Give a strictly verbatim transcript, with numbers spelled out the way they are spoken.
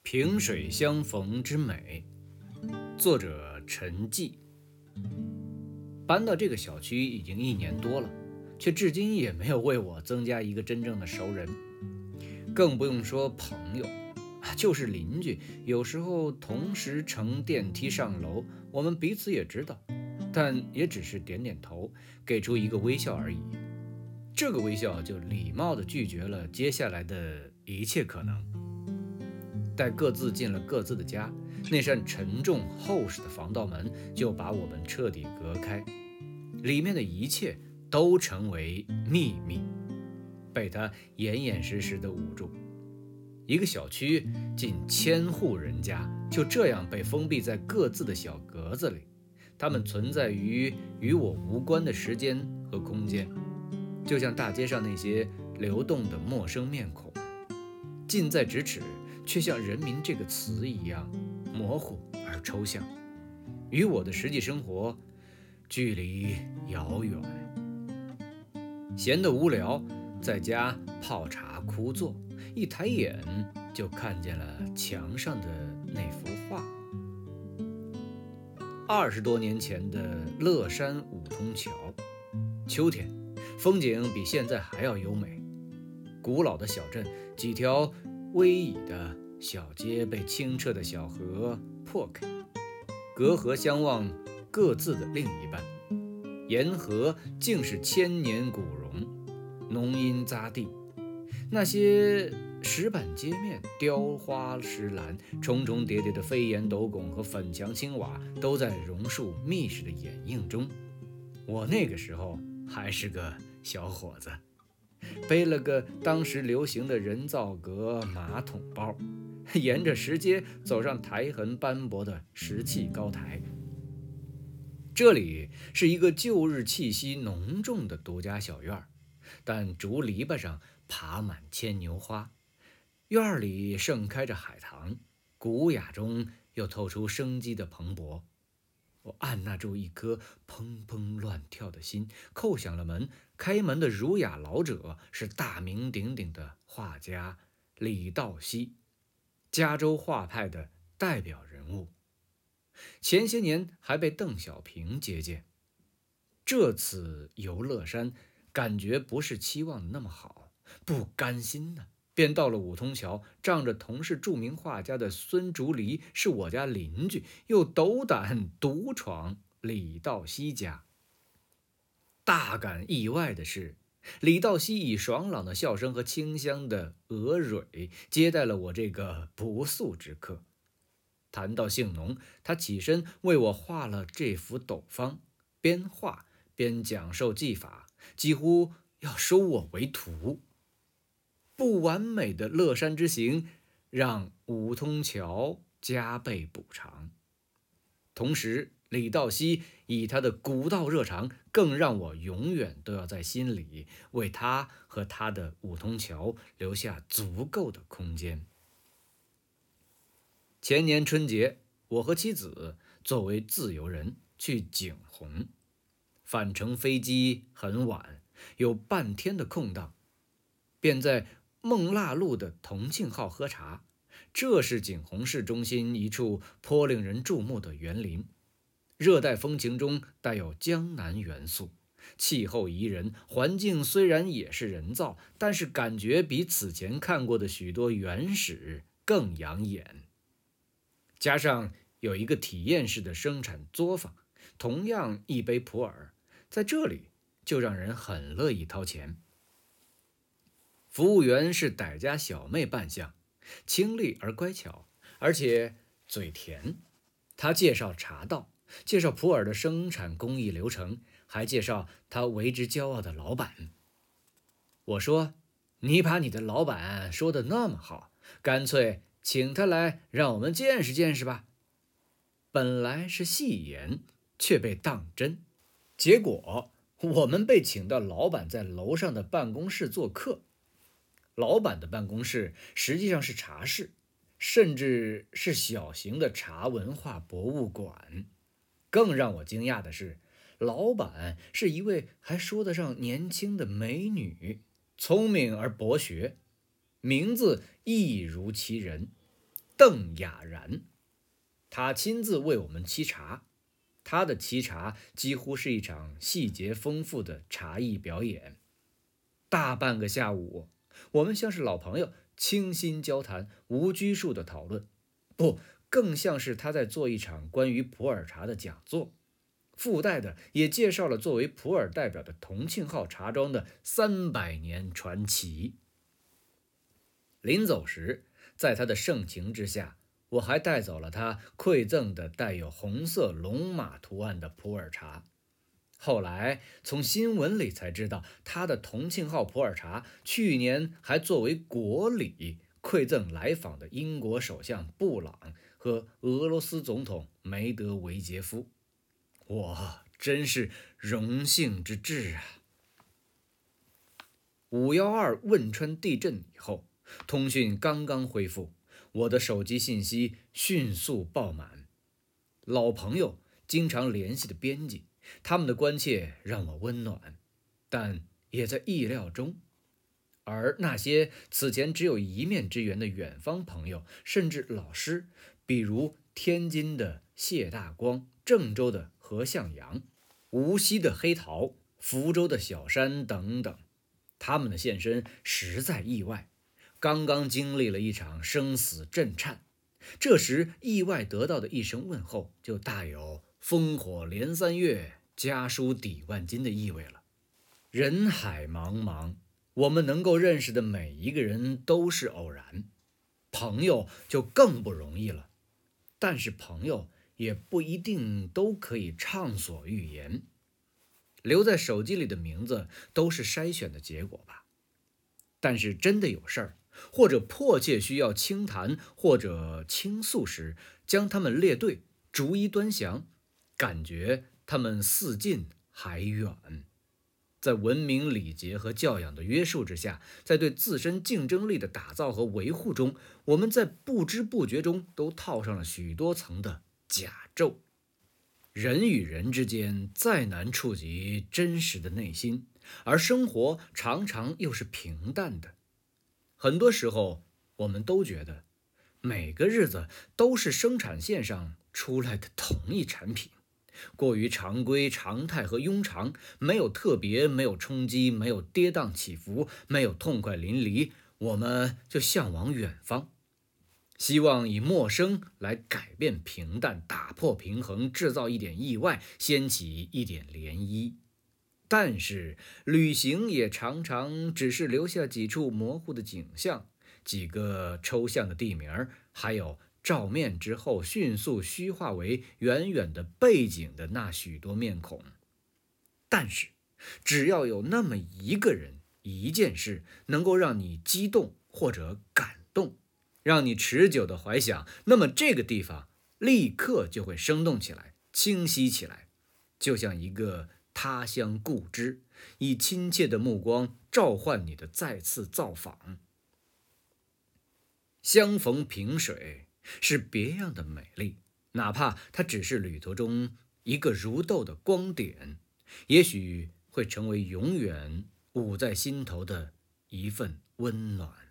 萍水相逢之美，作者陈纪。搬到这个小区已经一年多了，却至今也没有为我增加一个真正的熟人，更不用说朋友，就是邻居。有时候同时乘电梯上楼，我们彼此也知道，但也只是点点头，给出一个微笑而已。这个微笑就礼貌地拒绝了接下来的一切可能。待各自进了各自的家，那扇沉重厚实的防盗门就把我们彻底隔开，里面的一切都成为秘密，被他严严实实地捂住。一个小区近千户人家就这样被封闭在各自的小格子里，它们存在于与我无关的时间和空间，就像大街上那些流动的陌生面孔，近在咫尺，却像人民这个词一样模糊而抽象，与我的实际生活距离遥远。闲得无聊，在家泡茶枯坐，一抬眼就看见了墙上的那幅画。二十多年前的乐山五通桥，秋天风景比现在还要优美。古老的小镇，几条逶迤的小街被清澈的小河破开，隔河相望各自的另一半。沿河竟是千年古榕，浓荫匝地，那些石板街面、雕花石栏、重重叠叠的飞檐斗拱和粉墙青瓦，都在榕树密实的掩映中。我那个时候还是个小伙子，背了个当时流行的人造革马桶包，沿着石阶走上苔痕斑驳的石砌高台。这里是一个旧日气息浓重的独家小院，但竹篱笆上爬满牵牛花，院里盛开着海棠，古雅中又透出生机的蓬勃。我按捺住一颗砰砰乱跳的心，叩响了门。开门的儒雅老者是大名鼎鼎的画家李道熙，加州画派的代表人物，前些年还被邓小平接见。这次游乐山，感觉不是期望的那么好，不甘心呢，便到了五通桥，仗着同是著名画家的孙竹离是我家邻居，又斗胆独闯李道熙家。大感意外的是，李道熙以爽朗的笑声和清香的鹅蕊接待了我这个不速之客。谈到性浓，他起身为我画了这幅斗方，边画边讲授技法，几乎要收我为徒。不完美的乐山之行让五通桥加倍补偿，同时李道熙以他的古道热肠，更让我永远都要在心里为他和他的五通桥留下足够的空间。前年春节，我和妻子作为自由人去景洪，返程飞机很晚，有半天的空档，便在孟腊路的同庆号喝茶。这是景洪市中心一处颇令人注目的园林，热带风情中带有江南元素，气候宜人，环境虽然也是人造，但是感觉比此前看过的许多原始更养眼。加上有一个体验式的生产作坊，同样一杯普洱，在这里就让人很乐意掏钱。服务员是傣家小妹扮相，清丽而乖巧，而且嘴甜。她介绍茶道，介绍普洱的生产工艺流程，还介绍她为之骄傲的老板。我说，你把你的老板说得那么好，干脆请他来让我们见识见识吧。本来是戏言，却被当真。结果我们被请到老板在楼上的办公室做客。老板的办公室实际上是茶室，甚至是小型的茶文化博物馆。更让我惊讶的是，老板是一位还说得上年轻的美女，聪明而博学，名字一如其人， 邓雅然。他亲自为我们沏茶，他的沏茶几乎是一场细节丰富的茶艺表演。大半个下午，我们像是老朋友，倾心交谈，无拘束的讨论，不，更像是他在做一场关于普洱茶的讲座，附带的也介绍了作为普洱代表的同庆号茶庄的三百年传奇。临走时，在他的盛情之下，我还带走了他馈赠的带有红色龙马图案的普洱茶。后来从新闻里才知道，他的同庆号普洱茶去年还作为国礼馈赠来访的英国首相布朗和俄罗斯总统梅德韦杰夫。我真是荣幸之至啊！五一二汶川地震以后，通讯刚刚恢复，我的手机信息迅速爆满。老朋友经常联系的编辑，他们的关切让我温暖，但也在意料中。而那些此前只有一面之缘的远方朋友，甚至老师，比如天津的谢大光、郑州的何向阳、无锡的黑桃、福州的小山等等，他们的现身实在意外，刚刚经历了一场生死震颤，这时意外得到的一声问候，就大有烽火连三月，家书抵万金的意味了。人海茫茫，我们能够认识的每一个人都是偶然，朋友就更不容易了。但是朋友也不一定都可以畅所欲言，留在手机里的名字都是筛选的结果吧。但是真的有事儿，或者迫切需要倾谈或者倾诉时，将他们列队，逐一端详，感觉他们似近还远。在文明礼节和教养的约束之下，在对自身竞争力的打造和维护中，我们在不知不觉中都套上了许多层的甲胄。人与人之间再难触及真实的内心，而生活常常又是平淡的。很多时候，我们都觉得每个日子都是生产线上出来的同一产品，过于常规、常态和庸常，没有特别，没有冲击，没有跌宕起伏，没有痛快淋漓，我们就向往远方，希望以陌生来改变平淡，打破平衡，制造一点意外，掀起一点涟漪。但是旅行也常常只是留下几处模糊的景象，几个抽象的地名，还有照面之后迅速虚化为远远的背景的那许多面孔。但是只要有那么一个人、一件事能够让你激动或者感动，让你持久的怀想，那么这个地方立刻就会生动起来，清晰起来，就像一个他乡故知，以亲切的目光召唤你的再次造访。相逢萍水是别样的美丽，哪怕它只是旅途中一个如豆的光点，也许会成为永远捂在心头的一份温暖。